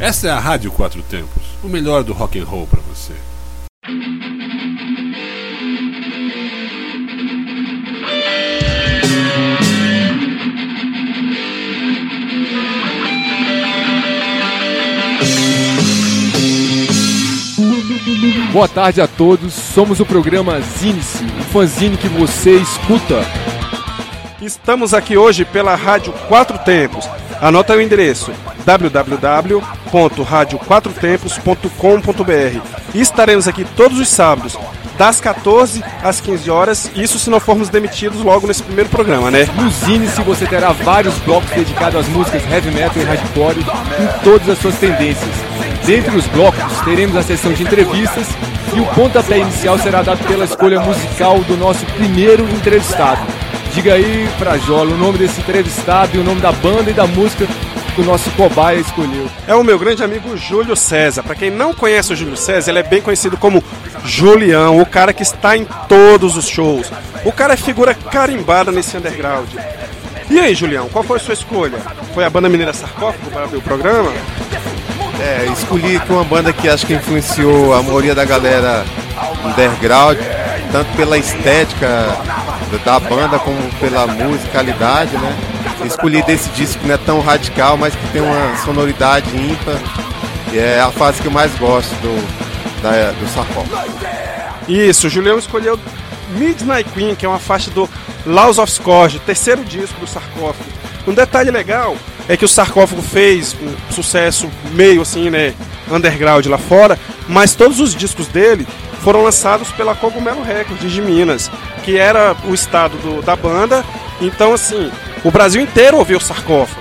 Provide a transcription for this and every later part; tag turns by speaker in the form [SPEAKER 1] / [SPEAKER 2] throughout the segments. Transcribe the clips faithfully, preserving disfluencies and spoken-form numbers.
[SPEAKER 1] Essa é a Rádio Quatro Tempos, o melhor do rock and roll para você.
[SPEAKER 2] Boa tarde a todos, somos o programa Zine-se, o fanzine que você escuta.
[SPEAKER 3] Estamos aqui hoje pela Rádio Quatro Tempos. Anota o endereço w w w ponto rádio quatro tempos ponto com ponto b r. E estaremos aqui todos os sábados, das quatorze às quinze horas, isso se não formos demitidos logo nesse primeiro programa, né?
[SPEAKER 2] No Zine-se você terá vários blocos dedicados às músicas heavy metal e hardcore em todas as suas tendências. Dentre os blocos, teremos a sessão de entrevistas e o pontapé inicial será dado pela escolha musical do nosso primeiro entrevistado. Diga aí, Frajola, o nome desse entrevistado e o nome da banda e da música que o nosso cobaia escolheu.
[SPEAKER 3] É o meu grande amigo Júlio César. Para quem não conhece o Júlio César, ele é bem conhecido como Julião, o cara que está em todos os shows. O cara é figura carimbada nesse underground. E aí, Julião, qual foi a sua escolha? Foi a banda mineira Sarcófago para abrir o programa?
[SPEAKER 4] É, escolhi que uma banda que acho que influenciou a maioria da galera underground, tanto pela estética da banda como pela musicalidade, né? Escolhi desse disco que não é tão radical, mas que tem uma sonoridade ímpar. E é a fase que eu mais gosto do, da, do Sarcófago.
[SPEAKER 3] Isso, o Julião escolheu Midnight Queen, que é uma faixa do Laws of Scourge, terceiro disco do Sarcófago. Um detalhe legal é que o Sarcófago fez um sucesso meio assim, né, underground lá fora, mas todos os discos dele foram lançados pela Cogumelo Records de Minas, que era o estado do, da banda. Então, assim, o Brasil inteiro ouviu o Sarcófago.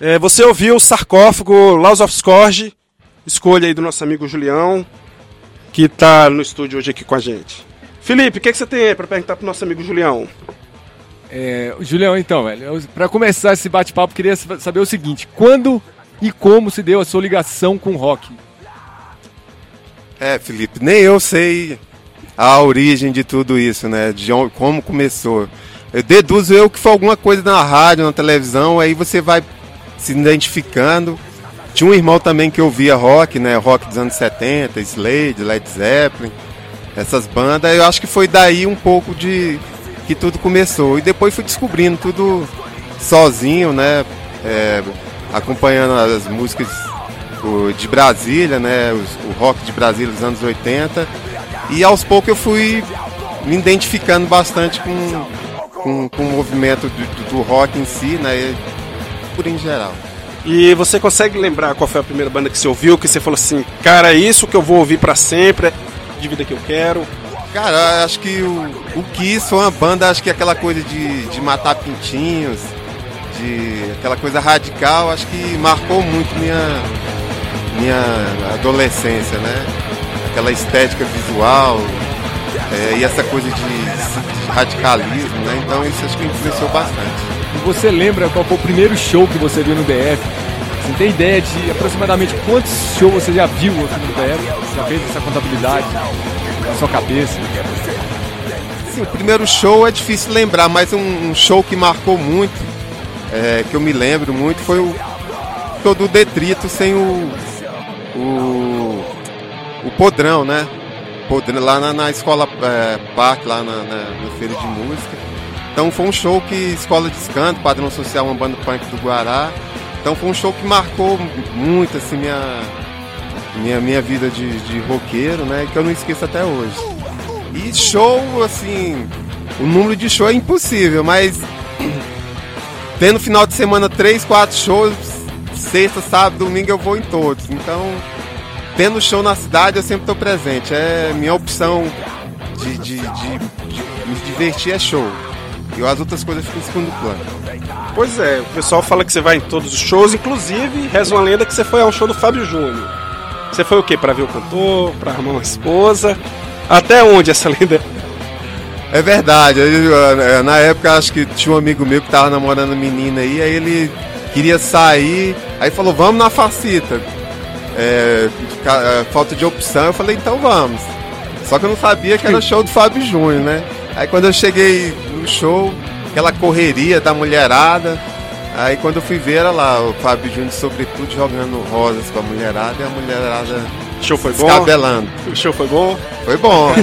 [SPEAKER 3] É, você ouviu o Sarcófago, Laws of Scourge, escolha aí do nosso amigo Julião, que tá no estúdio hoje aqui com a gente. Felipe, o que, que você tem aí pra perguntar pro nosso amigo Julião?
[SPEAKER 2] É, Julião, então, velho, eu, pra começar esse bate-papo, queria saber o seguinte: quando e como se deu a sua ligação com o rock?
[SPEAKER 4] É, Felipe, nem eu sei a origem de tudo isso, né? De onde, como começou. Eu deduzo eu que foi alguma coisa na rádio, na televisão, aí você vai se identificando. Tinha um irmão também que ouvia rock, né? Rock dos anos setenta, Slade, Led Zeppelin, essas bandas. Eu acho que foi daí um pouco de que tudo começou. E depois fui descobrindo tudo sozinho, né? É, acompanhando as músicas de Brasília, né? O rock de Brasília dos anos oitenta. E aos poucos eu fui me identificando bastante com, com, com o movimento do, do rock em si, né? Por em geral.
[SPEAKER 3] E você consegue lembrar qual foi a primeira banda que você ouviu, que você falou assim, cara, é isso que eu vou ouvir pra sempre, é de vida que eu quero?
[SPEAKER 4] Cara, acho que o, o Kiss foi uma banda, acho que aquela coisa de, de matar pintinhos, de aquela coisa radical, acho que marcou muito minha, minha adolescência, né? Aquela estética visual, é, e essa coisa de, de radicalismo, né? Então isso acho que influenciou bastante.
[SPEAKER 2] E você lembra qual foi o primeiro show que você viu no D F? Você tem ideia de aproximadamente quantos shows você já viu aqui no D F? Você já fez essa contabilidade na sua cabeça?
[SPEAKER 4] Sim, o primeiro show é difícil lembrar, mas um, um show que marcou muito, é, que eu me lembro muito, foi o show do Detrito sem o, o, o Podrão, né? Podrão, lá na, na escola é, Parque, lá na, na, na feira de música. Então foi um show que Escola de Escanto, Padrão Social, uma banda punk do Guará. Então foi um show que marcou muito assim, minha, minha, minha vida de, de roqueiro, né? Que eu não esqueço até hoje. E show, assim, o número de show é impossível, mas tendo final de semana três, quatro shows, sexta, sábado, domingo eu vou em todos. Então, tendo show na cidade eu sempre estou presente. É minha opção de, de, de, de me divertir é show. E as outras coisas ficam em segundo plano.
[SPEAKER 3] Pois é, o pessoal fala que você vai em todos os shows, inclusive reza uma lenda que você foi ao show do Fábio Júnior. Você foi o quê? Pra ver o cantor, pra arrumar uma esposa? Até onde essa lenda?
[SPEAKER 4] É verdade, eu, na época acho que tinha um amigo meu que tava namorando menina aí, aí ele queria sair, aí falou, vamos na Facita. É, falta de opção, eu falei, então vamos. Só que eu não sabia que era o show do Fábio Júnior, né? Aí quando eu cheguei no show, aquela correria da mulherada, aí quando eu fui ver era lá o Fábio Júnior sobretudo jogando rosas pra mulherada e a mulherada
[SPEAKER 3] o show foi bom?
[SPEAKER 4] Descabelando.
[SPEAKER 3] O show foi bom?
[SPEAKER 4] Foi bom.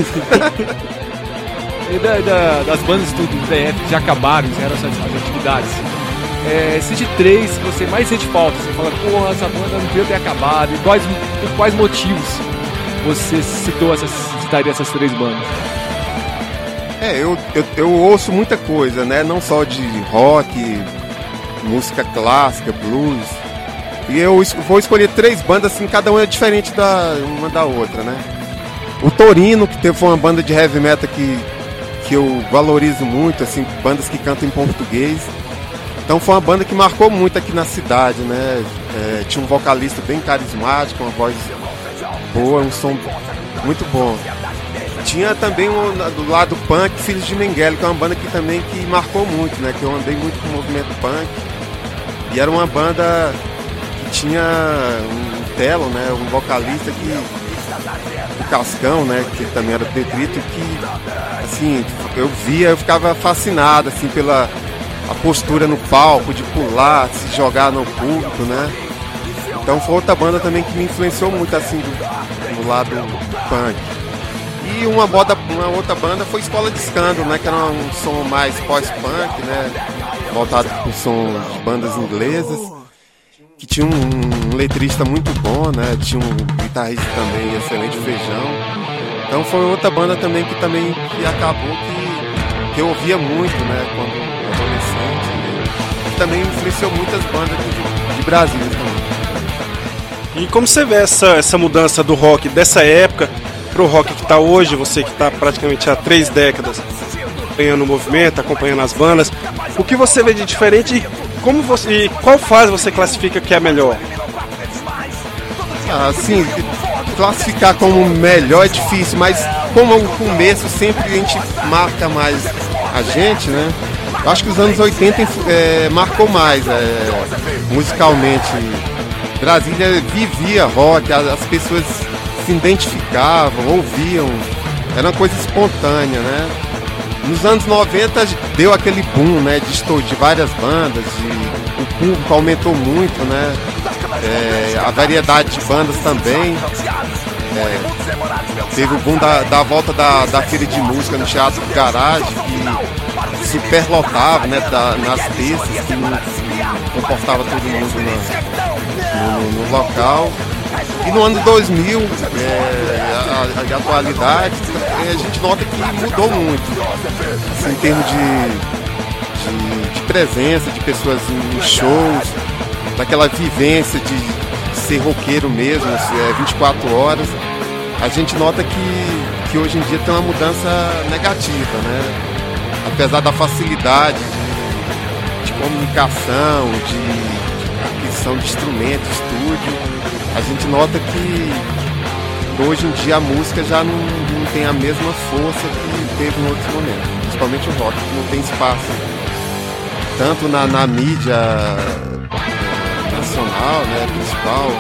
[SPEAKER 2] E da, da, das bandas do D F que já acabaram, encerraram as, as atividades, é, cite três que você mais sente falta, você fala, porra, essa banda não devia ter acabado, e quais, por quais motivos você citou essas, citaria essas três bandas?
[SPEAKER 4] É, eu, eu, eu ouço muita coisa, né? Não só de rock, música clássica, blues. E eu es- vou escolher três bandas, assim, cada uma é diferente da, uma da outra, né? O Torino, que teve uma banda de heavy metal que, que eu valorizo muito, assim, bandas que cantam em português. Então foi uma banda que marcou muito aqui na cidade, né? É, tinha um vocalista bem carismático, uma voz boa, um som muito bom. Tinha também um, do lado punk, Filhos de Mengele, que é uma banda que também que marcou muito, né? Que eu andei muito com o movimento punk. E era uma banda que tinha um Telo, né? Um vocalista que... O Cascão, né? Que também era Detrito, que... Assim, eu via, eu ficava fascinado, assim, pela a postura no palco, de pular, se jogar no público, né? Então foi outra banda também que me influenciou muito, assim, do, do lado punk. E uma, boda, uma outra banda foi Escola de Escândalo, né? Que era um som mais pós-punk, né? Voltado para o som de bandas inglesas. Que tinha um, um letrista muito bom, né? Tinha um guitarrista também excelente, o Feijão. Então foi outra banda também que também que acabou que, que eu ouvia muito, né? Quando adolescente. Né? E também influenciou muitas bandas de, de Brasília também.
[SPEAKER 3] E como você vê essa, essa mudança do rock dessa época pro rock que tá hoje, você que tá praticamente há três décadas acompanhando o movimento, acompanhando as bandas, o que você vê de diferente e como você, e qual fase você classifica que é a melhor?
[SPEAKER 4] Assim, classificar como melhor é difícil, mas como o começo sempre a gente marca mais a gente, né? Eu acho que os anos oitenta é, marcou mais é, musicalmente. Brasília vivia rock, as pessoas se identificavam, ouviam, era uma coisa espontânea, né? Nos anos noventa deu aquele boom, né, de, de várias bandas, de, o público aumentou muito, né? É, a variedade de bandas também. É, teve o boom da, da volta da, da feira de música no Teatro Garage, que superlotava, né, da, nas terças, que não, que comportava todo mundo no, no, no local. E no ano dois mil, é, a, a, a atualidade, a gente nota que mudou muito, assim, em termos de, de, de presença de pessoas em shows, daquela vivência de ser roqueiro mesmo, é, vinte e quatro horas. A gente nota que, que hoje em dia tem uma mudança negativa, né? Apesar da facilidade de, de comunicação, de, de aquisição de instrumentos, estúdio, a gente nota que hoje em dia a música já não, não tem a mesma força que teve em outros momentos, principalmente o rock, que não tem espaço tanto na, na mídia nacional, né, principal,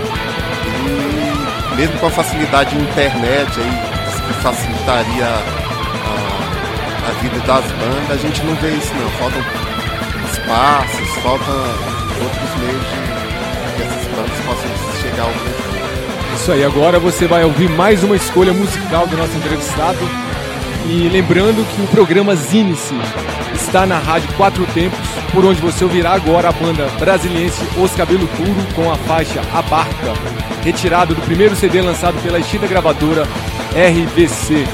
[SPEAKER 4] e mesmo com a facilidade de internet aí, que facilitaria a, a vida das bandas, a gente não vê isso não, faltam espaços, faltam outros meios de que essas bandas possam chegar ao mundo.
[SPEAKER 2] Isso aí, agora você vai ouvir mais uma escolha musical do nosso entrevistado. E lembrando que o programa Zine-se está na Rádio Quatro Tempos, por onde você ouvirá agora a banda brasiliense Os Cabelo Duro com a faixa A Barca, retirado do primeiro C D lançado pela extinta gravadora R V C.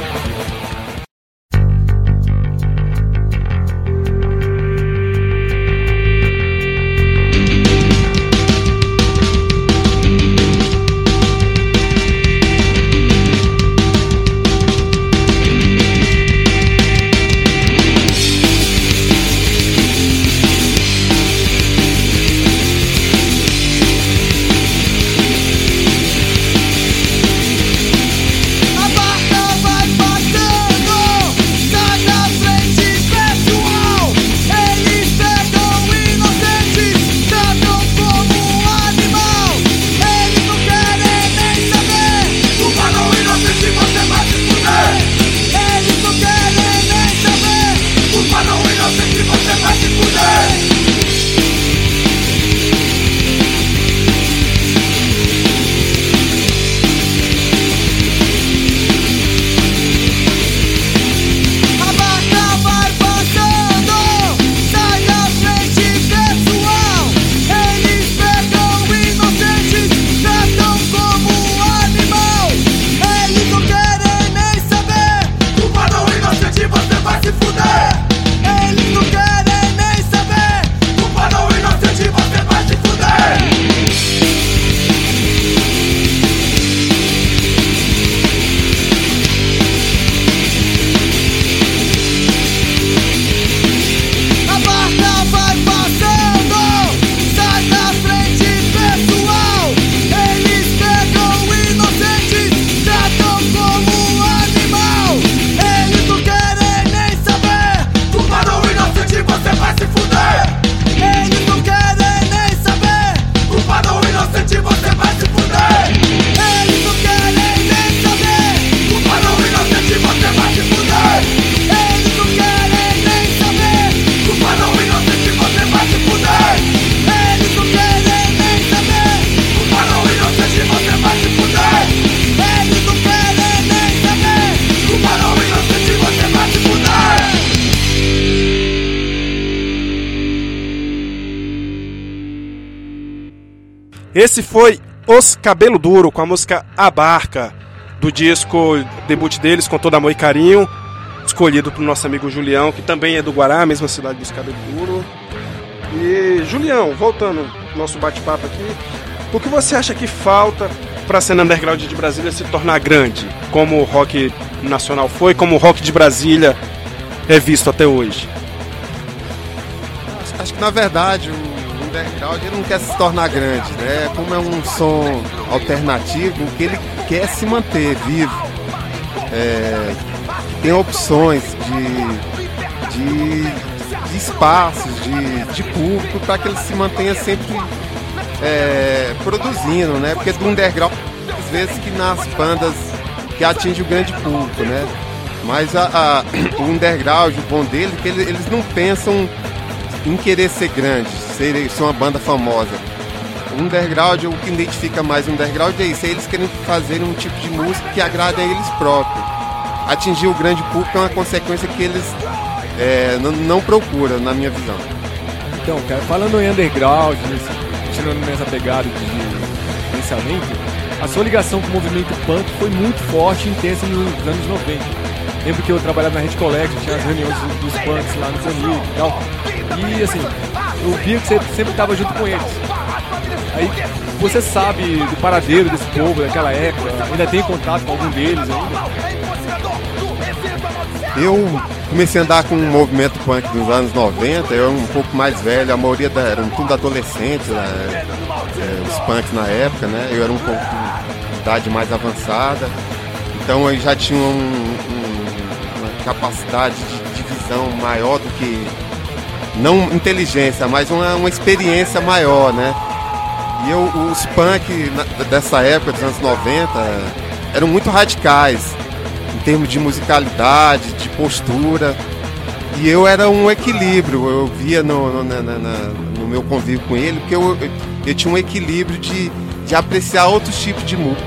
[SPEAKER 3] Esse foi Os Cabelo Duro com a música A Barca, do disco debut deles, Com Todo Amor e Carinho, escolhido pro nosso amigo Julião, que também é do Guará, mesma cidade dos Cabelo Duro. E Julião, voltando ao nosso bate-papo aqui, o que você acha que falta para a cena underground de Brasília se tornar grande, como o rock nacional foi, como o rock de Brasília é visto até hoje?
[SPEAKER 4] Acho que na verdade o underground ele não quer se tornar grande, né? Como é um som alternativo, que ele quer se manter vivo. É, tem opções de, de, de espaços, de, de público, para que ele se mantenha sempre é, produzindo, né? Porque do underground, às vezes, que nas bandas que atingem o grande público, né? Mas a, a, o underground, o bom dele, é que eles, eles não pensam em querer ser grande, ser, ser uma banda famosa. O underground, o que identifica mais o underground é isso, é eles querem fazer um tipo de música que agrade a eles próprios. Atingir o grande público é uma consequência que eles é, não, não procuram, na minha visão.
[SPEAKER 2] Então, cara, falando em underground, continuando nessa pegada de pensamento, a sua ligação com o movimento punk foi muito forte e intensa nos anos noventa. Lembro que eu trabalhava na Rede Collective, tinha as reuniões dos punks lá no Bonito e tal. E assim, eu via que você sempre estava junto com eles. Aí você sabe do paradeiro desse povo daquela época, ainda tem contato com algum deles ainda?
[SPEAKER 4] Eu comecei a andar com o movimento punk dos anos noventa, eu era um pouco mais velho, a maioria da, eram tudo adolescentes, né? É, os punks na época, né? Eu era um pouco de idade mais avançada, então eu já tinha um, um, uma capacidade de, de visão maior do que, não inteligência, mas uma, uma experiência maior, né? E eu, os punk na, dessa época, dos anos noventa, eram muito radicais, em termos de musicalidade, de postura, e eu era um equilíbrio, eu via no, no, na, na, no meu convívio com ele, porque eu, eu tinha um equilíbrio de, de apreciar outros tipos de música,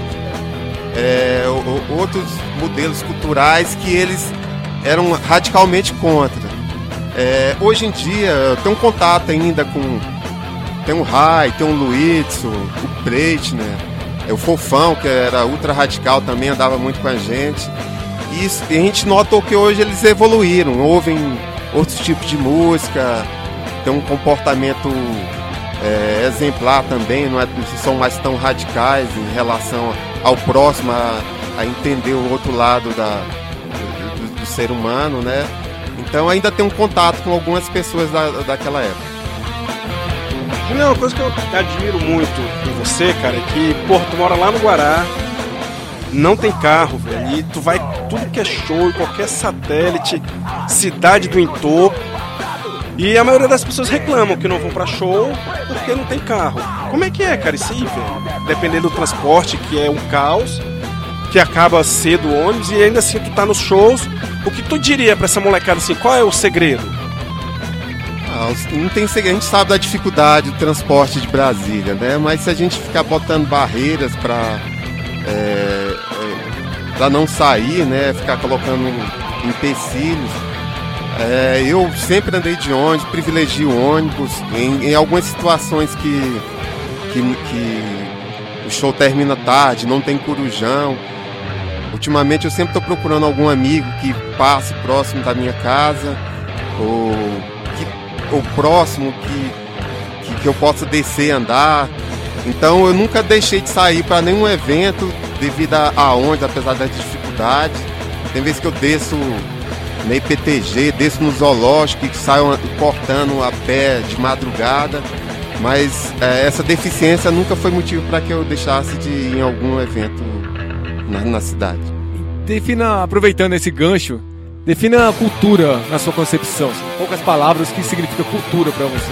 [SPEAKER 4] é, outros modelos culturais que eles eram radicalmente contra. É, hoje em dia eu tenho um contato ainda com, tem o Rai, tem o Luizzo, o Breitner, é, o Fofão, que era ultra radical também, andava muito com a gente. E, isso, e a gente nota que hoje eles evoluíram, ouvem outros tipos de música, tem um comportamento é, exemplar também, não, é, não são mais tão radicais em relação ao próximo, a, a entender o outro lado da, do, do ser humano, né? Então ainda tem um contato com algumas pessoas da, daquela época.
[SPEAKER 3] Julião, uma coisa que eu admiro muito em você, cara, é que, porra, tu mora lá no Guará, não tem carro, velho, e tu vai tudo que é show, qualquer satélite, cidade do entorno, e a maioria das pessoas reclamam que não vão pra show porque não tem carro. Como é que é, cara, isso aí, velho? Dependendo do transporte, que é um caos, que acaba cedo o ônibus, e ainda assim tu tá nos shows, o que tu diria pra essa molecada assim, qual é o segredo?
[SPEAKER 4] Ah, não tem segredo, a gente sabe da dificuldade do transporte de Brasília, né? Mas se a gente ficar botando barreiras pra, é, é, pra não sair, né? Ficar colocando empecilhos, é, eu sempre andei de ônibus, privilegio ônibus, em, em algumas situações que, que, que o show termina tarde, não tem corujão. Ultimamente eu sempre estou procurando algum amigo que passe próximo da minha casa, ou, que, ou próximo que, que, que eu possa descer e andar. Então eu nunca deixei de sair para nenhum evento devido a, a onde, apesar das dificuldades. Tem vezes que eu desço na I P T G, desço no zoológico, que saio cortando a pé de madrugada. Mas é, essa deficiência nunca foi motivo para que eu deixasse de ir em algum evento na, na cidade.
[SPEAKER 2] Defina, aproveitando esse gancho, defina a cultura na sua concepção. Em poucas palavras, o que significa cultura para você?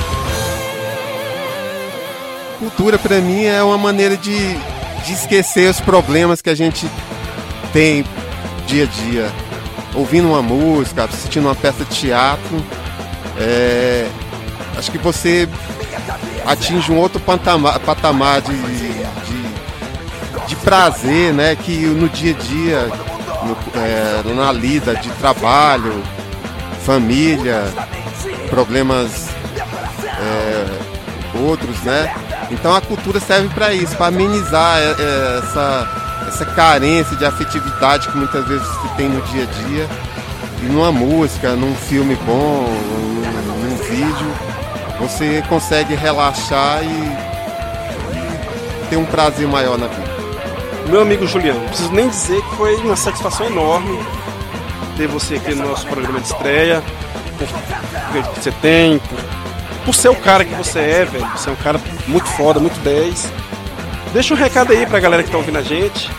[SPEAKER 4] Cultura para mim é uma maneira de, de esquecer os problemas que a gente tem dia a dia. Ouvindo uma música, assistindo uma peça de teatro, é, acho que você atinge um outro patamar, patamar de, de, de prazer, né? Que no dia a dia, no, é, na lida de trabalho, família, problemas é, outros, né? Então a cultura serve para isso, para amenizar é, essa, essa carência de afetividade que muitas vezes se tem no dia a dia. E numa música, num filme bom, num, num vídeo, você consegue relaxar e, e ter um prazer maior na vida.
[SPEAKER 3] Meu amigo Juliano, não preciso nem dizer que foi uma satisfação enorme ter você aqui no nosso programa de estreia, por o que você tem, por por ser o cara que você é, velho. Você é um cara muito foda, muito dez. Deixa um recado aí pra galera que tá ouvindo a gente.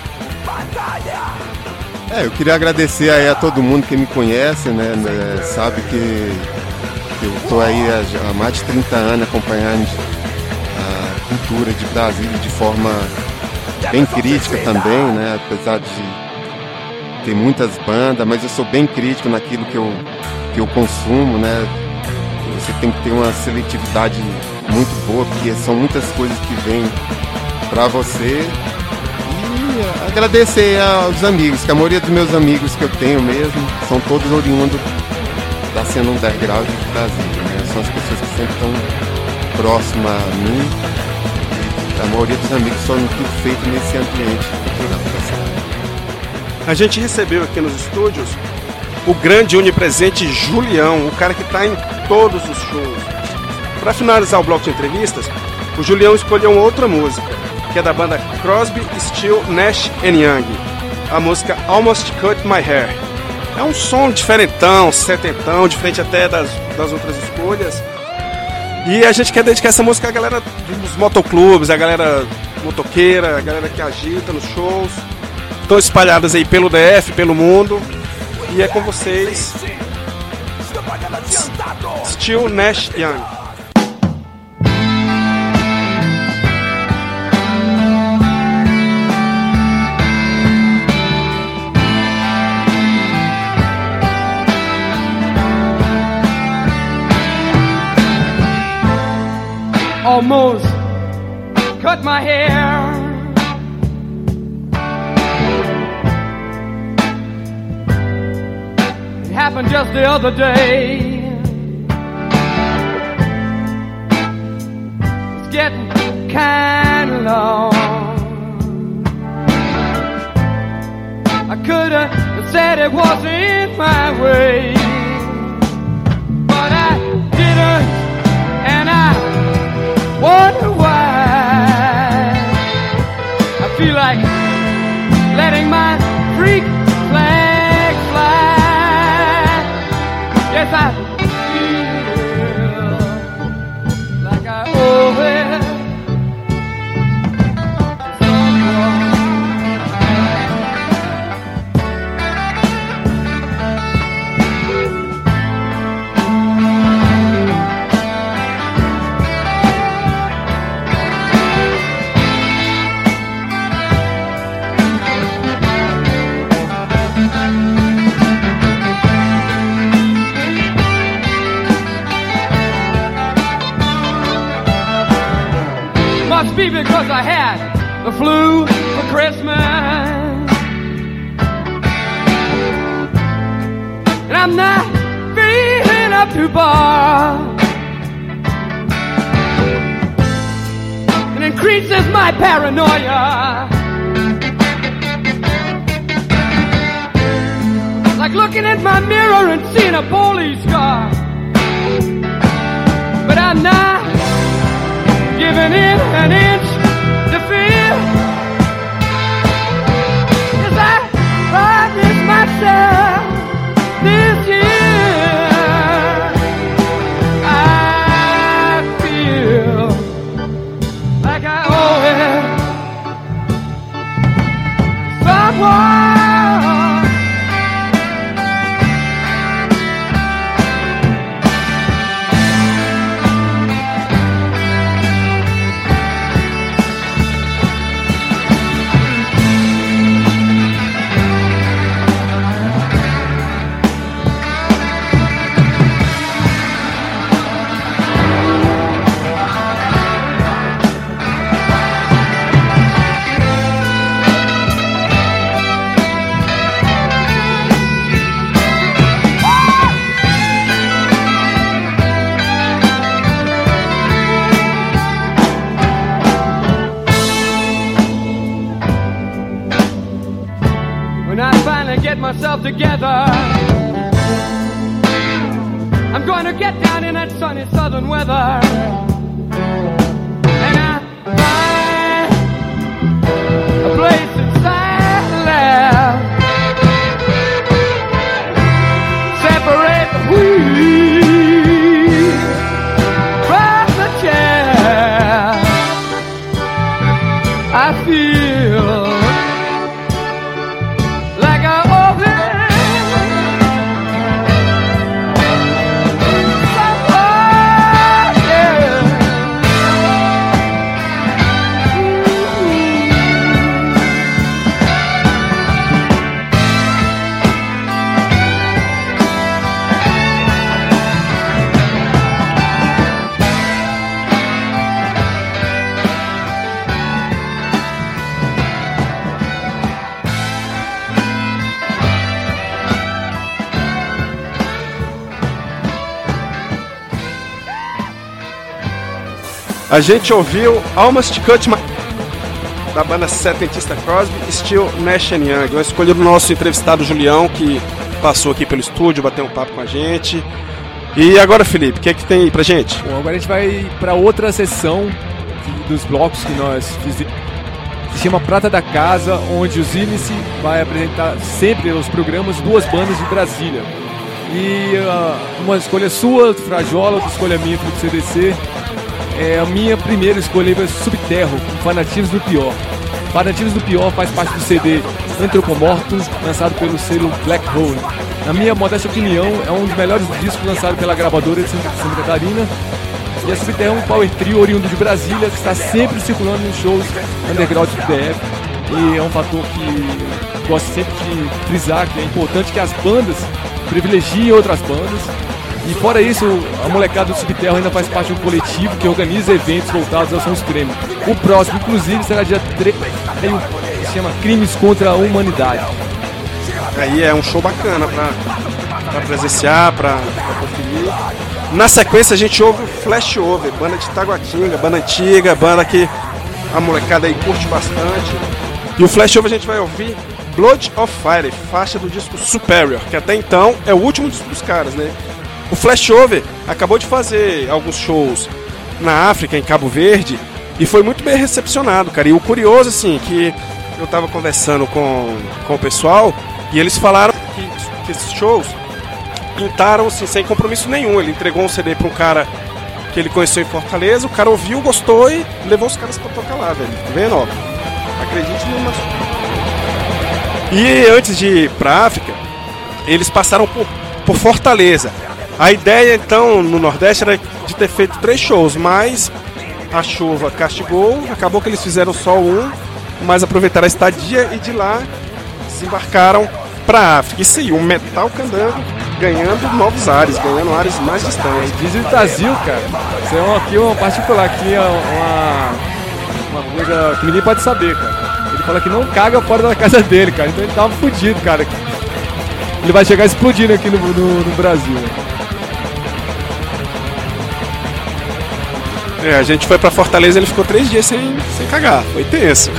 [SPEAKER 4] É, eu queria agradecer aí a todo mundo que me conhece, né, né sabe que, que eu tô aí há, há mais de trinta anos acompanhando a cultura de Brasília de forma bem crítica também, né, apesar de ter muitas bandas, mas eu sou bem crítico naquilo que eu, que eu consumo, né, você tem que ter uma seletividade muito boa, porque são muitas coisas que vêm pra você. Agradecer aos amigos, que a maioria dos meus amigos que eu tenho mesmo são todos oriundos da cena underground de Brasília, né? São as pessoas que sempre estão próximas a mim. A maioria dos amigos são tudo feito nesse ambiente cultural da cidade.
[SPEAKER 3] A gente recebeu aqui nos estúdios o grande onipresente Julião, o cara que está em todos os shows. Para finalizar o bloco de entrevistas, o Julião escolheu uma outra música, que é da banda Crosby, Still, Nash and Young. A música Almost Cut My Hair. É um som diferentão, setentão, diferente até das, das outras escolhas. E a gente quer dedicar essa música à galera dos motoclubes, a galera motoqueira, a galera que agita nos shows. Estão espalhadas aí pelo D F, pelo mundo. E é com vocês, Still, Nash Young.
[SPEAKER 5] Almost cut my hair. It happened just the other day. It's getting kind of long. I could have said it wasn't my way, but I didn't, and I wonder why. I feel like letting my freak flag fly. Yes, I feel like I owe it to someone. Must be because I had the flu for Christmas, and I'm not feeling up to bar. It increases my paranoia, like looking at my mirror and seeing a police car. But I'm not giving in an inch to fear, 'cause I promised myself this year I feel like I owe it to someone. Get myself together, I'm going to get down in that sunny southern weather, and I find a place inside left, separate the wheat from I feel like I owe it.
[SPEAKER 3] A gente ouviu Almost Cut My... da banda setentista Crosby, Still, Nash and Young. Eu escolhi o nosso entrevistado Julião, que passou aqui pelo estúdio, bateu um papo com a gente. E agora, Felipe, o que é que tem aí pra gente?
[SPEAKER 2] Bom, agora a gente vai para outra sessão dos blocos que nós fizemos. Se chama Prata da Casa, onde o Zinice vai apresentar sempre nos programas duas bandas de Brasília. E uh, uma escolha sua, do Frajola, outra escolha minha do C D C. É, a minha primeira escolha foi Subterro, Fanatismos do Pior. Fanatismos do Pior faz parte do C D Antropomorto, lançado pelo selo Black Hole. Na minha modesta opinião, é um dos melhores discos lançados pela gravadora de Santa, Santa Catarina. E a Subterra é um power trio oriundo de Brasília, que está sempre circulando nos shows underground do D F. E é um fator que gosto sempre de frisar, que é importante que as bandas privilegiem outras bandas. E fora isso, a molecada do Subterra ainda faz parte de um coletivo que organiza eventos voltados ao som extremo. O próximo, inclusive, será dia três, que se chama Crimes contra a Humanidade.
[SPEAKER 3] Aí é um show bacana pra, pra presenciar, pra, pra conferir. Na sequência a gente ouve o Flashover, banda de Taguatinga, banda antiga, banda que a molecada aí curte bastante. E o Flashover a gente vai ouvir Blood of Fire, faixa do disco Superior, que até então é o último disco dos caras, né? O Flashover acabou de fazer alguns shows na África, em Cabo Verde, e foi muito bem recepcionado, cara. E o curioso, assim, que eu tava conversando com, com o pessoal, e eles falaram que, que esses shows pintaram, assim, sem compromisso nenhum. Ele entregou um C D pra um cara que ele conheceu em Fortaleza, o cara ouviu, gostou e levou os caras pra tocar lá, velho. Tá vendo, ó? Acredite numa... E antes de ir pra África, eles passaram por, por Fortaleza. A ideia, então, no Nordeste era de ter feito três shows, mas a chuva castigou, acabou que eles fizeram só um, mas aproveitaram a estadia e de lá desembarcaram para África. Isso aí, o metal candango ganhando novos ares, ganhando ares mais distantes.
[SPEAKER 2] Diz o Brasil, cara, isso é uma, aqui uma particular, aqui é uma, uma coisa que ninguém pode saber, cara. Ele fala que não caga fora da casa dele, cara, então ele tava fudido, cara. Ele vai chegar explodindo aqui no, no, no Brasil, né?
[SPEAKER 3] É, a gente foi pra Fortaleza e ele ficou três dias sem, sem cagar. Foi tenso.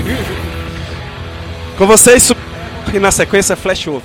[SPEAKER 3] Com vocês, e na sequência, Flashover.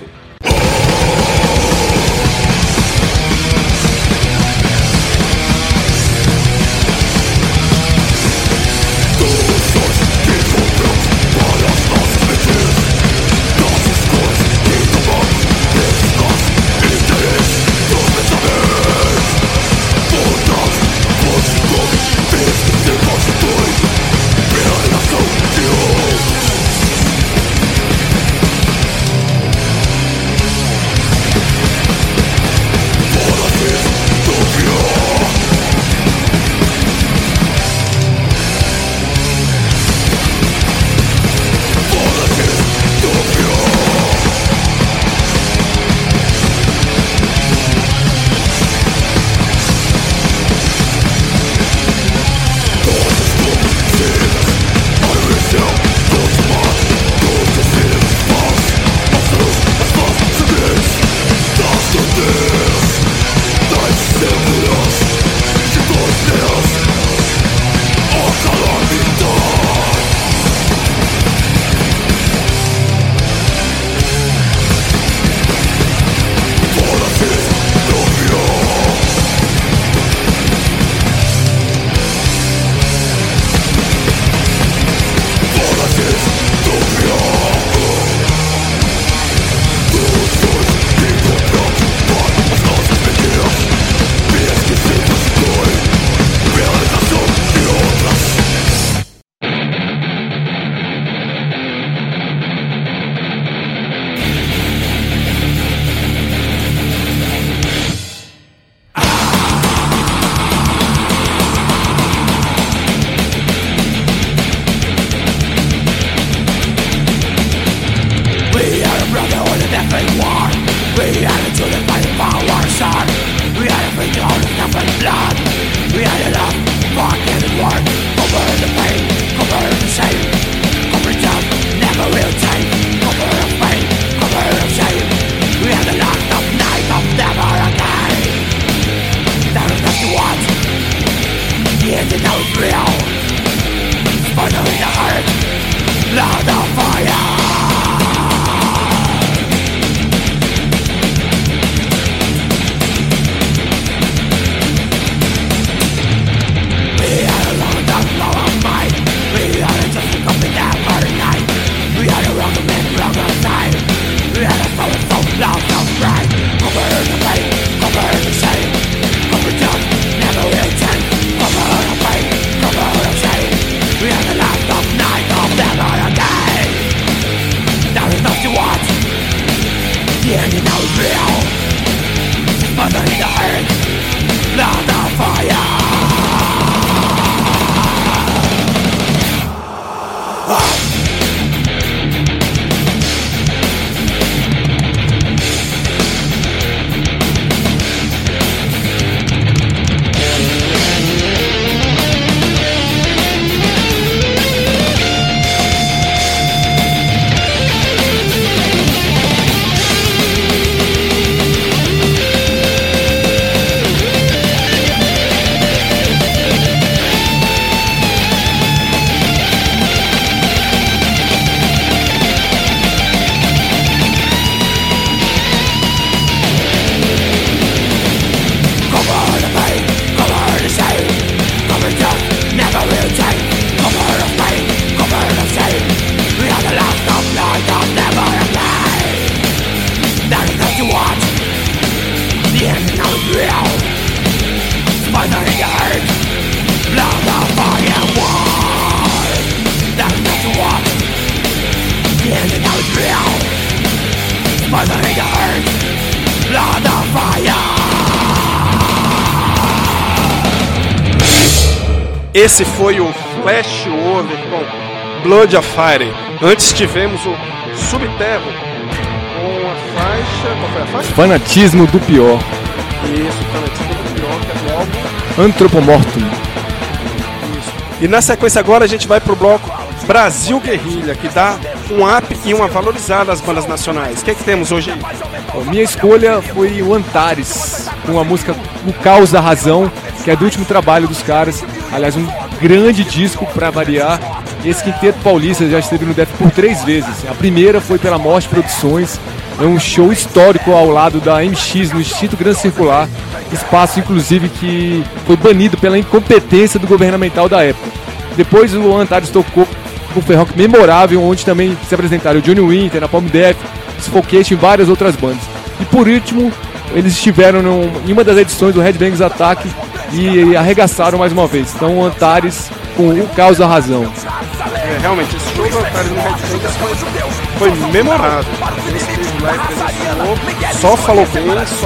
[SPEAKER 3] Esse foi o Flashover com Blood of Fire. Antes tivemos o Subterror com a faixa... Qual foi a faixa?
[SPEAKER 2] Fanatismo do Pior.
[SPEAKER 3] Isso, Fanatismo do Pior, que é do álbum
[SPEAKER 2] Antropomortum.
[SPEAKER 3] Isso. E na sequência agora a gente vai pro bloco Brasil Guerrilha, que dá um up e uma valorizada às bandas nacionais. O que é que temos hoje aí?
[SPEAKER 2] Bom, minha escolha foi o Antares, com a música O Caos da Razão, que é do último trabalho dos caras. Aliás, um grande disco para variar. Esse quinteto paulista já esteve no Def por três vezes. A primeira foi pela Morte Produções. É um show histórico ao lado da M X no Instituto Gran Circular. Espaço, inclusive, que foi banido pela incompetência do governamental da época. Depois o Antares tocou um ferrock memorável, onde também se apresentaram o Johnny Winter, na Palm Def, Suffocation e várias outras bandas. E por último, eles estiveram num, em uma das edições do Headbangers Attack e arregaçaram mais uma vez. Então o Antares com O Caos da Razão.
[SPEAKER 3] É, realmente, esse show do Antares no Headbangers foi, foi memorável. Ele esteve lá e presenciou, só falou bem,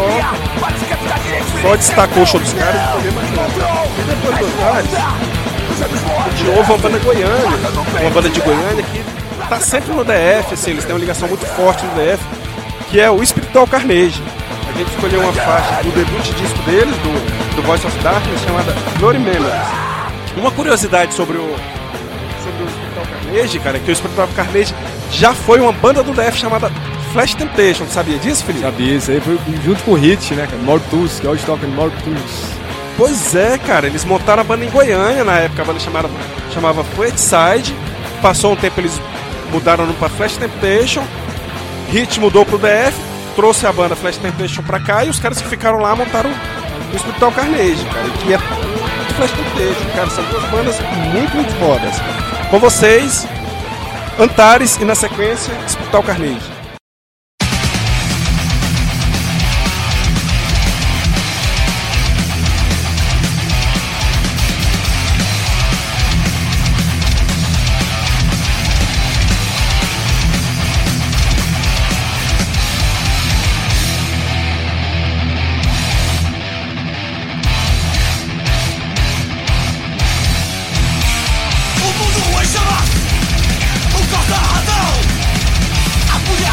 [SPEAKER 3] só, só destacou o show dos caras e foi bem bacana. E depois do Antares, de novo uma banda goiana, uma banda de Goiânia que tá sempre no D F, assim, eles têm uma ligação muito forte no D F, que é o Spiritual Carnage. A gente escolheu uma faixa do debut disco deles, do, do Voice of Darkness, chamada Glory Memories. Uma curiosidade sobre o, sobre o Spiritual Carnage, cara, é que o Spiritual Carnage já foi uma banda do D F chamada Flash Temptation. Sabia disso, Felipe?
[SPEAKER 2] Sabia, isso aí foi junto com o Hit, né, cara? Mortus, que hoje toca Mortus.
[SPEAKER 3] Pois é, cara, eles montaram a banda em Goiânia, na época a banda chamava, chamava Flatside, passou um tempo eles mudaram para Flash Temptation, Hit mudou pro D F, trouxe a banda Flash Temptation pra cá e os caras que ficaram lá montaram o Spiritual Carnage, cara, que é Flash Temptation, cara, são duas bandas muito, muito fodas. Com vocês, Antares e na sequência, Spiritual Carnage.
[SPEAKER 6] O mundo hoje chama o caos da razão. A mulher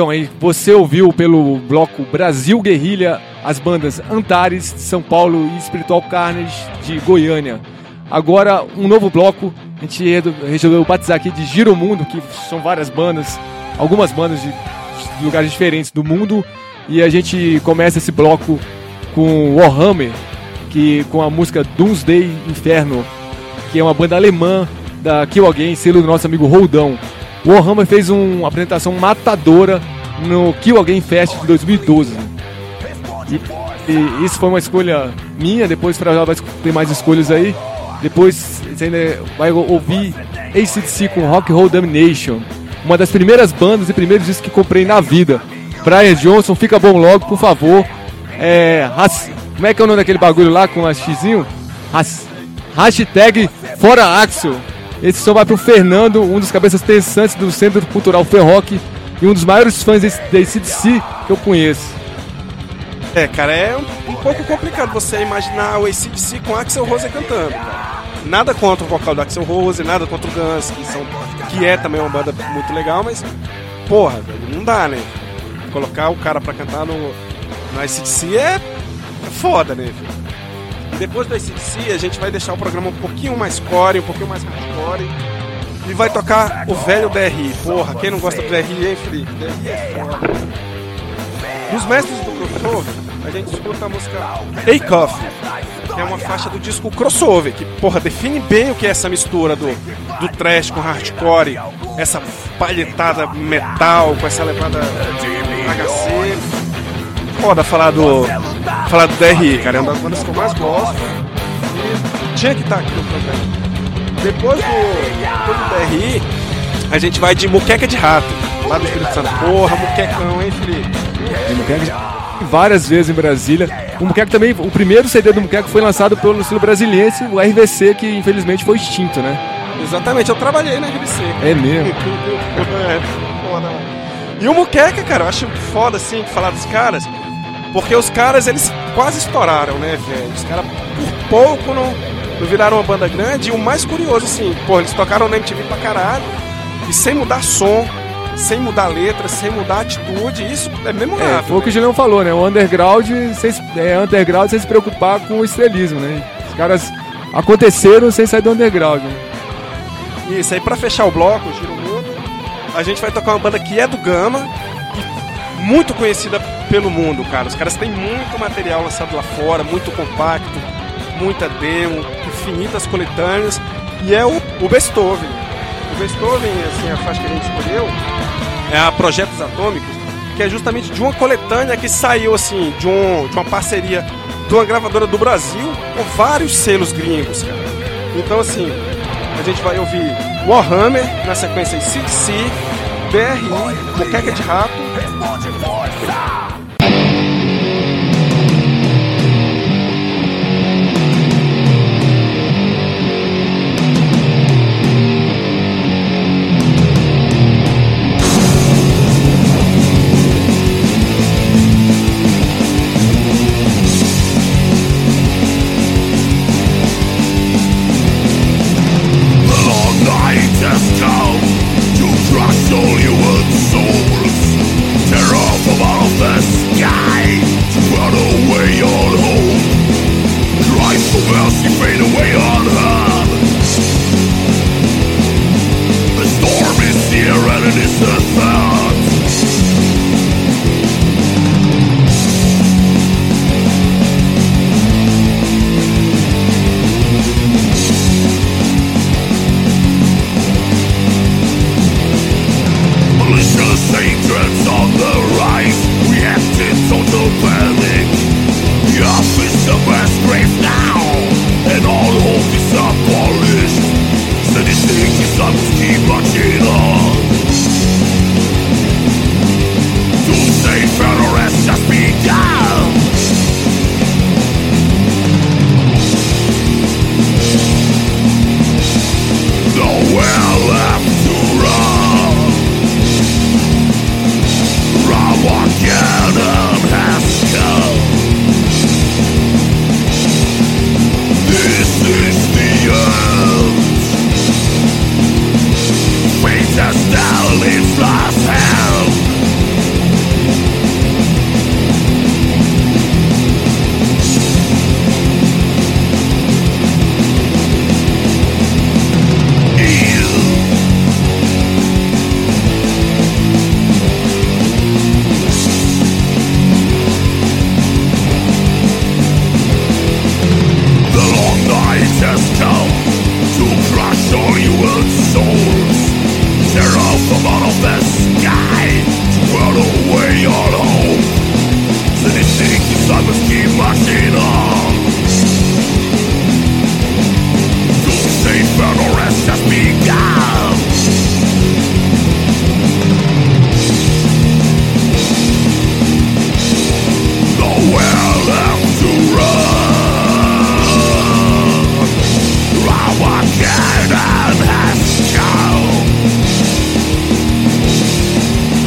[SPEAKER 2] Então, aí você ouviu pelo bloco Brasil Guerrilha as bandas Antares de São Paulo e Spiritual Carnage de Goiânia. Agora, um novo bloco, a gente resolveu batizar aqui de Giro Mundo, que são várias bandas, algumas bandas de lugares diferentes do mundo, e a gente começa esse bloco com Warhammer, que, com a música Doomsday Inferno, que é uma banda alemã da Kill Again, selo do nosso amigo Roldão. O Warhammer fez uma apresentação matadora no Kill Again Fest de dois mil e doze. E, e isso foi uma escolha minha, depois o Frajal vai ter mais escolhas aí. Depois você ainda vai ouvir A C D C com Rock and Roll Damnation, uma das primeiras bandas e primeiros discos que comprei na vida. Brian Johnson, fica bom logo, por favor. É, has, como é que é o nome daquele bagulho lá com a xizinho? Has, hashtag Fora Axel. Esse som vai pro Fernando, um dos cabeças pensantes do Centro Cultural Ferroc e um dos maiores fãs da A C D C que eu conheço.
[SPEAKER 3] É, cara, é um, um pouco complicado você imaginar o A C D C com Axl Rose cantando, cara. Nada contra o vocal do Axl Rose, nada contra o Guns, que, são, que é também uma banda muito legal, mas, porra, velho, não dá, né? Colocar o cara pra cantar no, no A C D C é, é foda, né, velho? Depois do A C D C, a gente vai deixar o programa um pouquinho mais core, um pouquinho mais hardcore. E vai tocar o velho D R I. Porra, quem não gosta do D R I, hein, Felipe? D R I é foda. Dos mestres do crossover, a gente escuta a música A Coffee, que é uma faixa do disco Crossover, que, porra, define bem o que é essa mistura do, do trash com hardcore, essa palhetada metal com essa levada H C. Foda falar do, falar do D R I, cara, é uma das bandas que eu mais gosto e tinha que estar aqui no programa. Depois do, do D R I, a gente vai de Muqueca de Rato, lá do Espírito Santo. Porra, Muquecão, hein, Felipe?
[SPEAKER 2] E Muqueca várias vezes em Brasília. O Muqueca também, o primeiro C D do Muqueca foi lançado pelo estilo brasiliense, o R V C, que infelizmente foi extinto, né?
[SPEAKER 3] Exatamente, eu trabalhei na R V C.
[SPEAKER 2] É mesmo?
[SPEAKER 3] É, foda. E o Muqueca, cara, eu acho foda, assim, falar dos caras, porque os caras, eles quase estouraram, né, velho? Os caras, por pouco, não, não viraram uma banda grande. E o mais curioso, assim, pô, eles tocaram na M T V pra caralho, e sem mudar som, sem mudar letra, sem mudar atitude, isso é memorável.
[SPEAKER 2] É, foi o que o Julião falou, né? O underground sem, é underground sem se preocupar com o estrelismo, né? Os caras aconteceram sem sair do underground, né?
[SPEAKER 3] Isso, aí pra fechar o bloco, o Giro Mundo, a gente vai tocar uma banda que é do Gama, e muito conhecida pelo mundo, cara. Os caras têm muito material lançado lá fora, muito compacto, muita demo, infinitas coletâneas, e é o, o Beethoven. O Beethoven, assim, a faixa que a gente escolheu é a Projetos Atômicos, que é justamente de uma coletânea que saiu, assim, de, um, de uma parceria de uma gravadora do Brasil com vários selos gringos, cara. Então, assim, a gente vai ouvir Warhammer, na sequência C D C, D R I, Muqueca de Rato.
[SPEAKER 6] All your souls, tear off of all of this. has come to crush all human souls. Tear off from out of the sky to burn away all hope. So they think the sun must keep marching on. Doomsday Inferno has just begun. Nowhere left to run. Armageddon has come.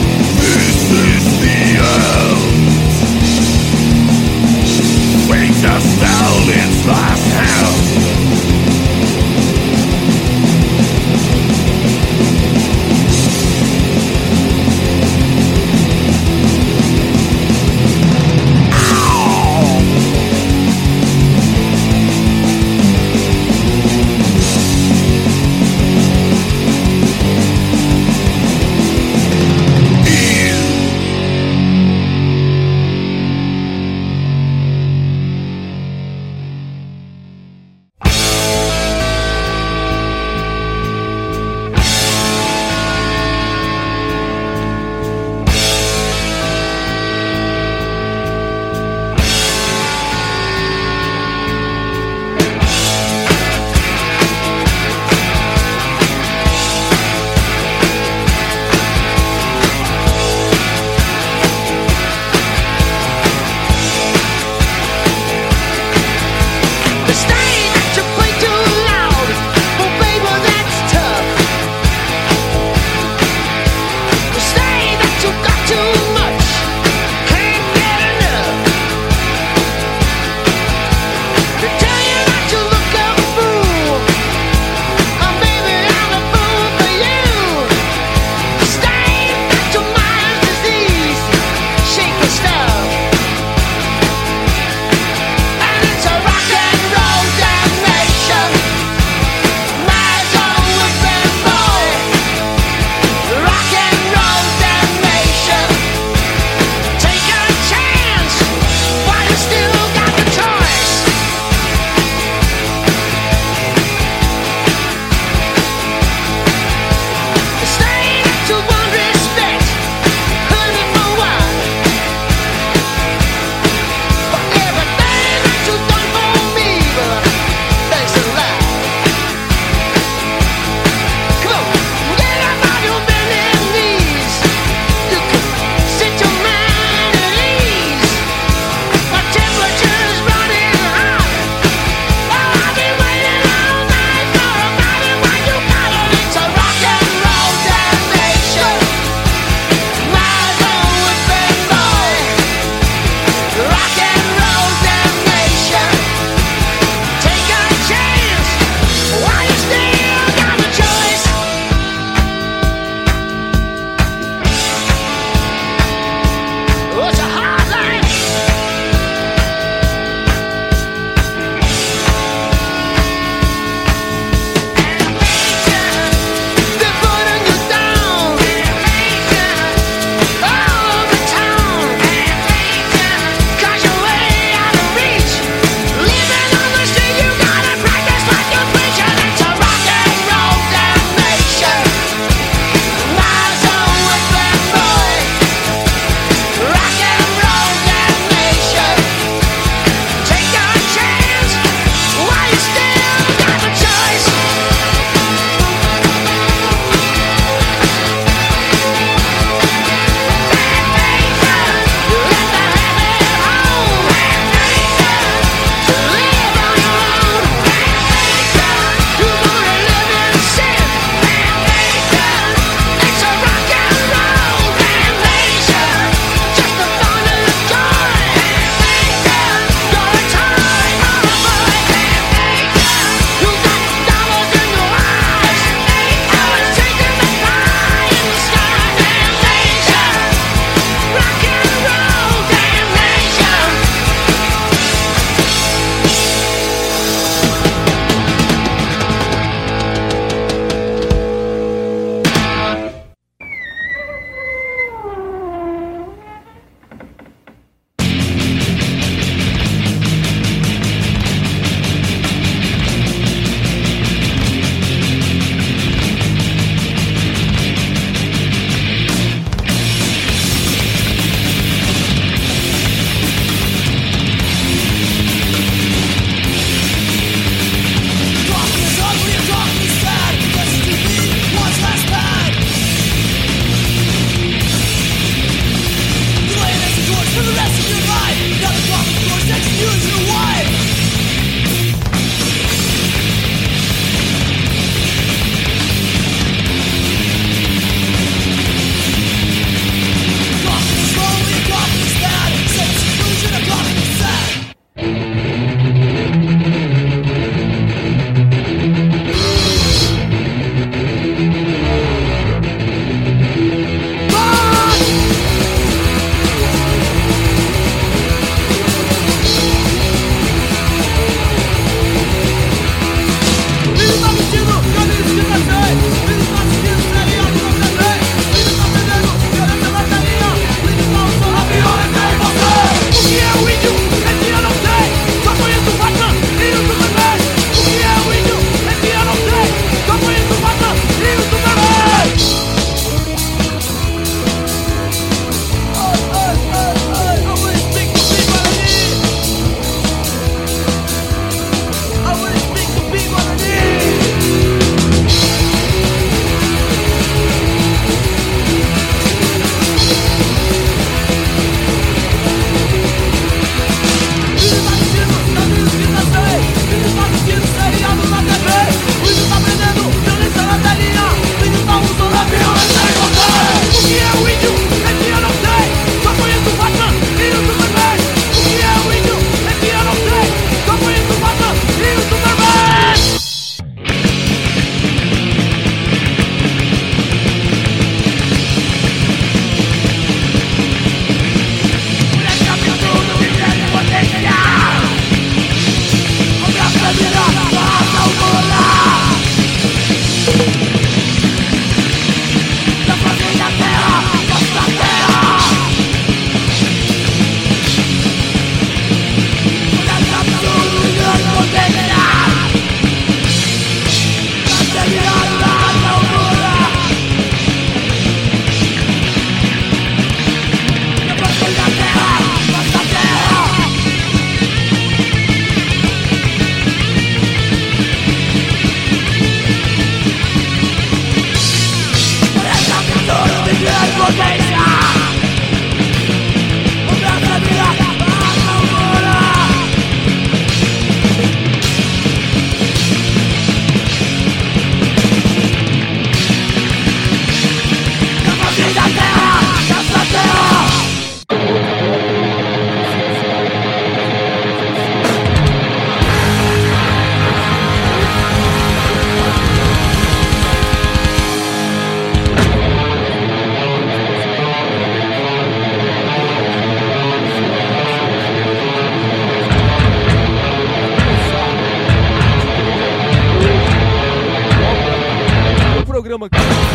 [SPEAKER 2] programa.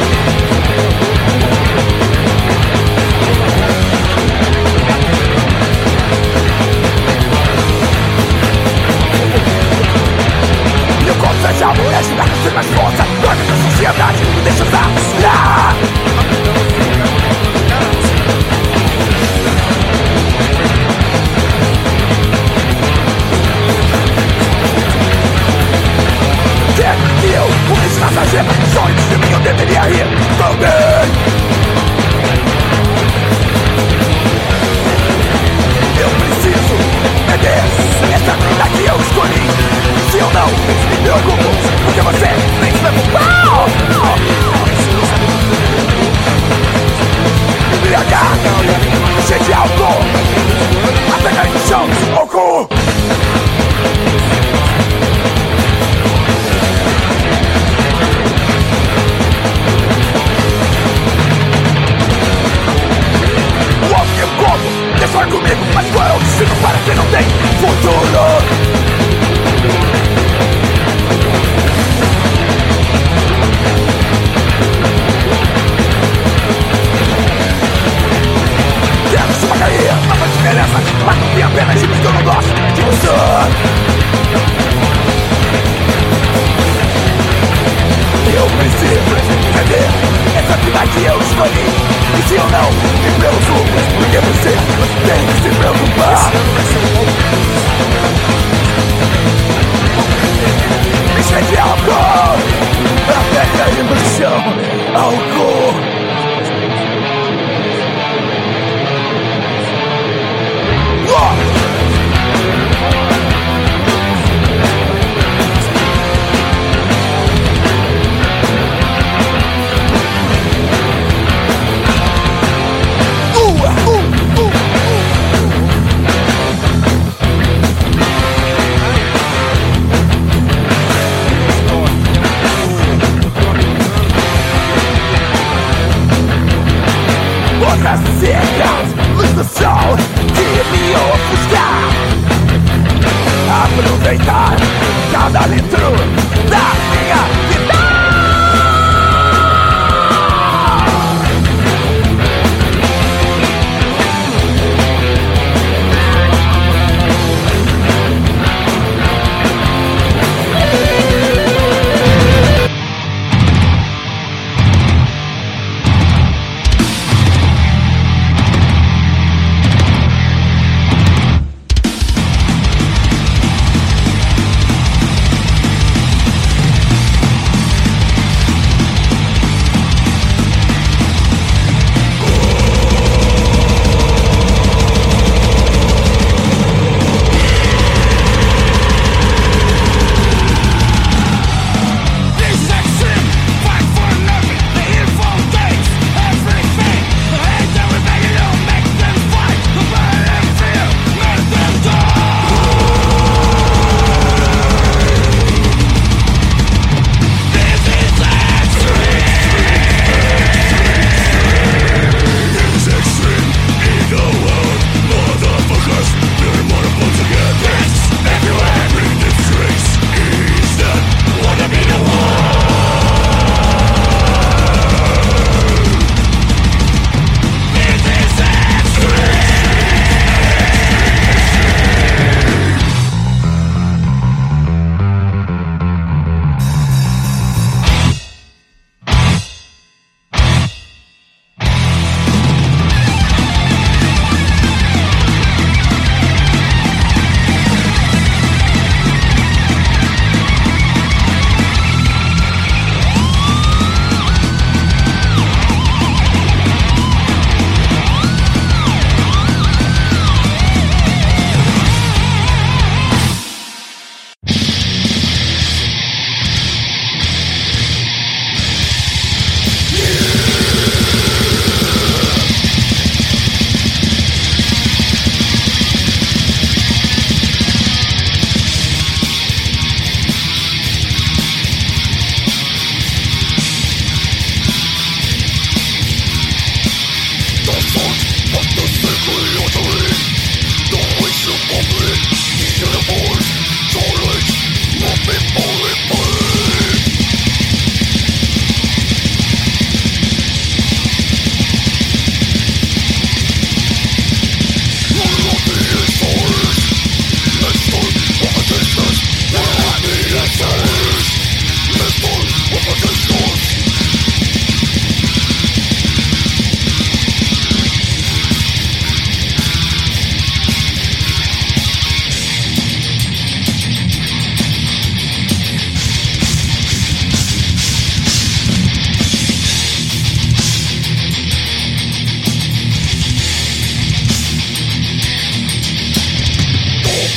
[SPEAKER 6] E o corpo fecha a mulher, ajudar a ser mais força. Droga da sociedade, não deixa usar. Que eu, por isso na sarjeta, só antes de mim eu deveria rir também. Eu preciso é dessa, essa vida que eu escolhi. Se eu não me preocupo, porque você nem se preocupar. Embriagado, cheio de álcool, até cair no chão, o cu. Deixa comigo, mas qual é o destino para quem não tem futuro? Quero chuva cair, não faz diferença, mas não tem apenas de mim que eu não gosto de você. Eu preciso entender essa vida que eu escolhi. E se eu não me preocupo, porque você tem que se preocupar.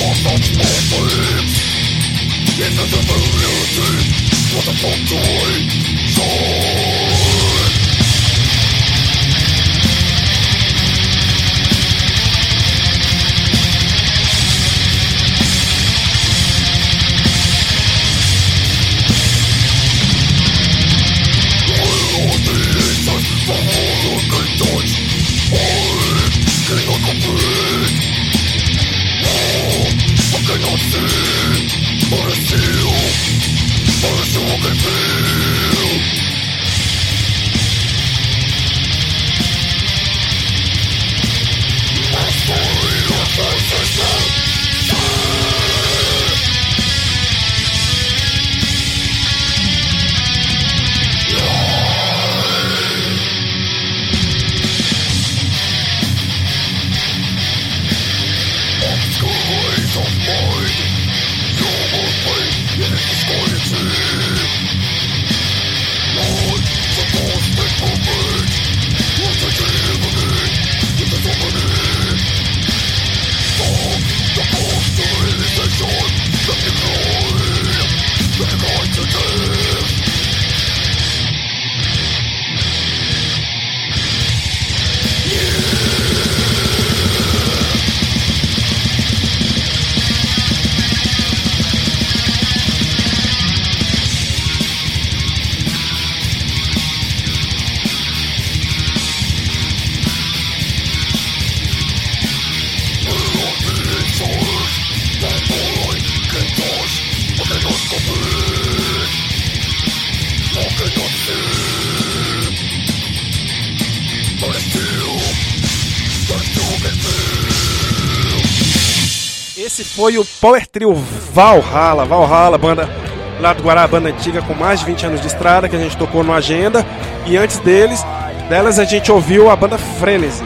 [SPEAKER 3] Esse foi o Power Trio Valhalla, Valhalla, banda lá do Guará, banda antiga com mais de vinte anos de estrada, que a gente tocou no Agenda. E antes deles, delas a gente ouviu a banda Frenzy.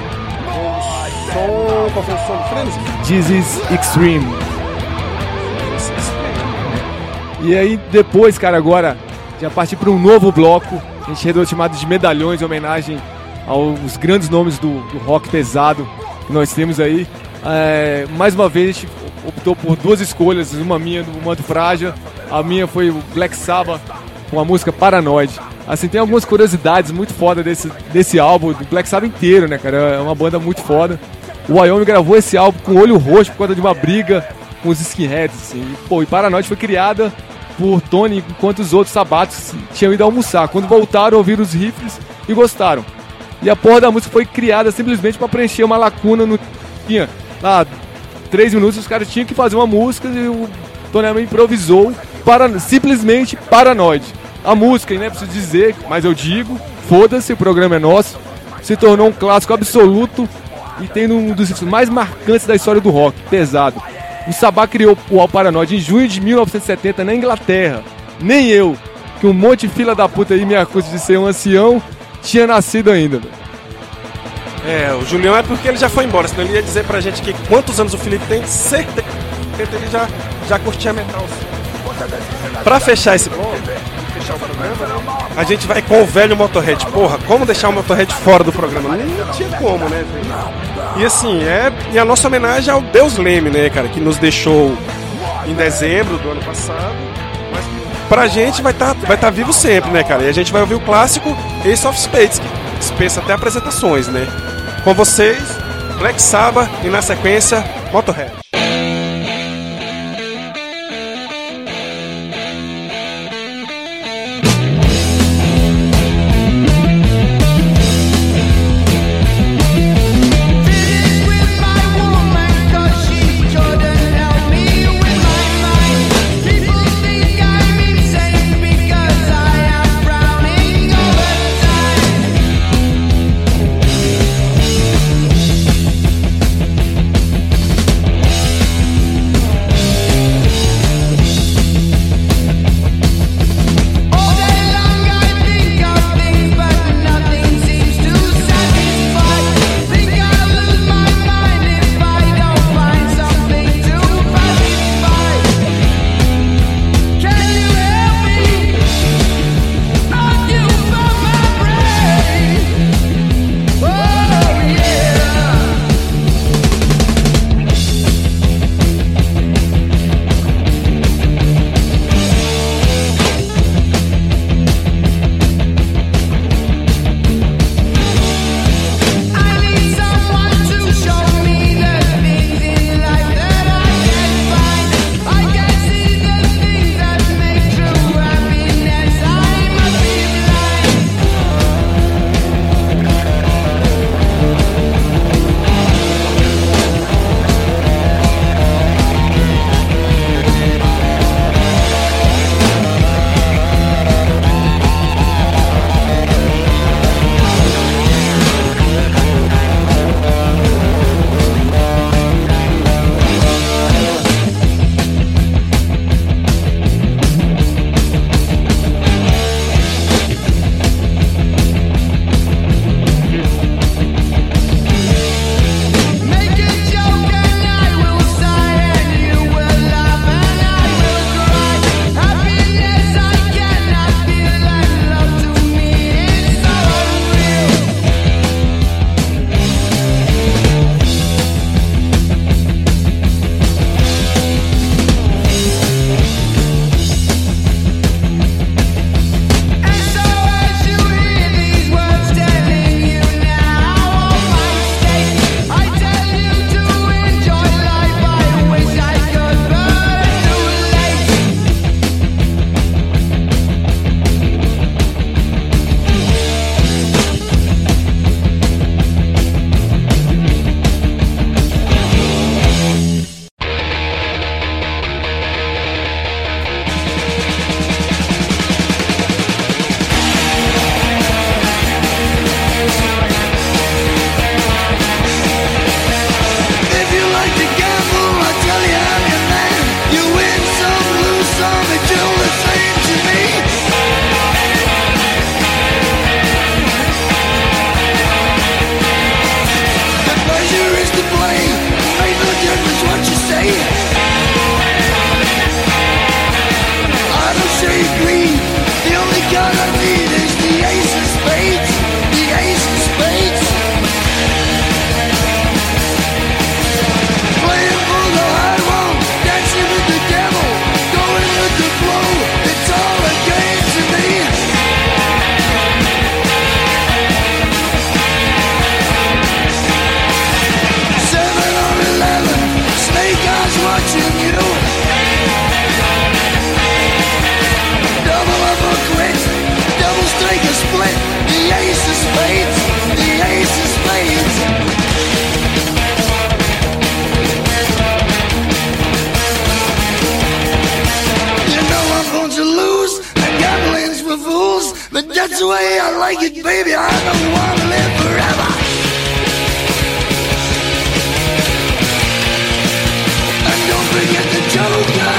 [SPEAKER 3] O som, qual foi o som do Frenzy?
[SPEAKER 2] This is Extreme. E aí depois, cara, agora já partir para um novo bloco. A gente redou chamado de Medalhões, em homenagem aos grandes nomes do, do rock pesado que nós temos aí. É, mais uma vez a gente optou por duas escolhas, uma minha e uma do Fraja. A minha foi o Black Sabbath com a música Paranoid. Assim, tem algumas curiosidades muito foda desse, desse álbum, do Black Sabbath inteiro, né, cara? É uma banda muito foda. O Wyoming gravou esse álbum com o olho roxo por causa de uma briga com os skinheads, assim. E, pô, e Paranoid foi criada por Tony, enquanto os outros sabatos tinham ido almoçar. Quando voltaram, ouviram os riffs e gostaram. E a porra da música foi criada simplesmente para preencher uma lacuna no... Tinha lá três minutos, os caras tinham que fazer uma música e o Tony Iommi improvisou para... simplesmente Paranoid. A música, nem preciso dizer, mas eu digo, foda-se, o programa é nosso, se tornou um clássico absoluto e tem um dos mais marcantes da história do rock, pesado. O Sabá criou o Paranoid em junho de mil novecentos e setenta na Inglaterra. Nem eu, que um monte de fila da puta aí me acusa de ser um ancião, tinha nascido ainda.
[SPEAKER 3] É, o Julião é porque ele já foi embora, senão ele ia dizer pra gente que quantos anos o Felipe tem, certeza que ele já, já curtia metal. Pra fechar esse bloco, fechar o programa, a gente vai com o velho Motorhead. Porra, como deixar o Motorhead fora do programa? Não tinha como, né, velho? E assim, é e a nossa homenagem ao Deus Leme, né, cara, que nos deixou em dezembro do ano passado. Mas pra gente vai estar tá, vai tá vivo sempre, né, cara? E a gente vai ouvir o clássico Ace of Spades, que dispensa até apresentações, né? Com vocês, Black Sabbath e na sequência, Motorhead.
[SPEAKER 6] Everyone's watching you. Double up or quit, double strike or split. The ace of spades, the ace of spades. You know I'm going to lose, and gambling's for fools. But that's the way I like it, baby. I don't want to live forever. And don't forget the Joker.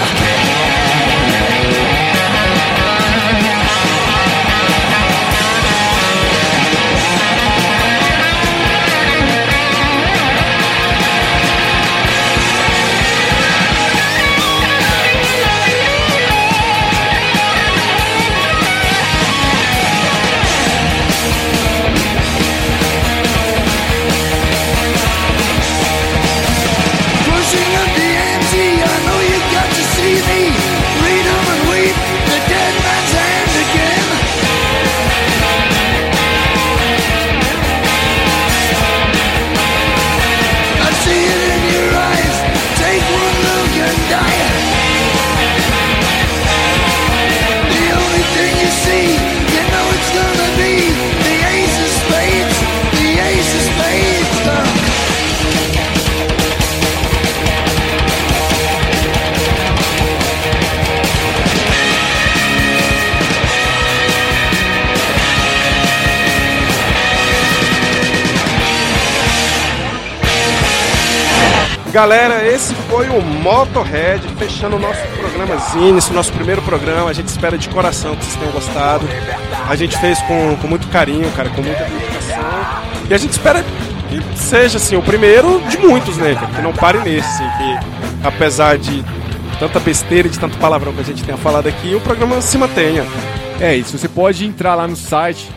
[SPEAKER 3] Galera, esse foi o Motorhead, fechando o nosso programazinho, esse nosso primeiro programa. A gente espera de coração que vocês tenham gostado. A gente fez com, com muito carinho, cara, com muita dedicação. E a gente espera que seja, assim, o primeiro de muitos, né, cara? Que não pare nesse, assim, que apesar de tanta besteira e de tanto palavrão que a gente tenha falado aqui, o programa se mantenha.
[SPEAKER 2] É isso, você pode entrar lá no site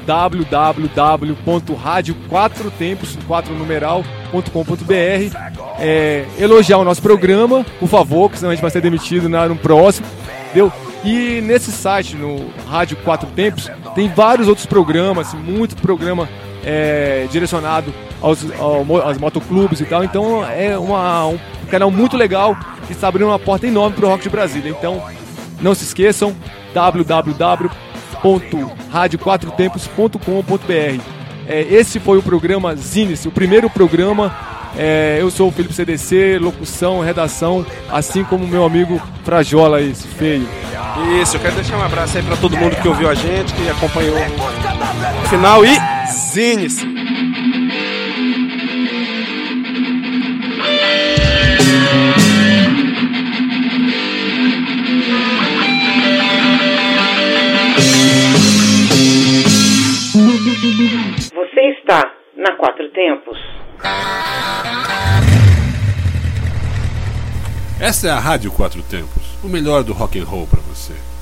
[SPEAKER 2] w w w ponto rádio quatro tempos, quatro numeral ponto com ponto b r, é, elogiar o nosso programa, por favor, que senão a gente vai ser demitido na, no próximo, entendeu? E nesse site, no Rádio Quatro Tempos, tem vários outros programas, muito programa é, direcionado aos, ao, aos motoclubes e tal, então é uma, um canal muito legal que está abrindo uma porta enorme para o rock de Brasília. Então, não se esqueçam, w w w ponto rádio quatro tempos ponto com ponto b r. É, esse foi o programa Zines, o primeiro programa. É, eu sou o Felipe C D C, locução, redação, assim como meu amigo Frajola, esse feio.
[SPEAKER 3] Isso, eu quero deixar um abraço aí pra todo mundo que ouviu a gente, que acompanhou o final e Zines.
[SPEAKER 7] Você está na Quatro Tempos.
[SPEAKER 1] Essa é a Rádio Quatro Tempos, o melhor do rock and roll pra você.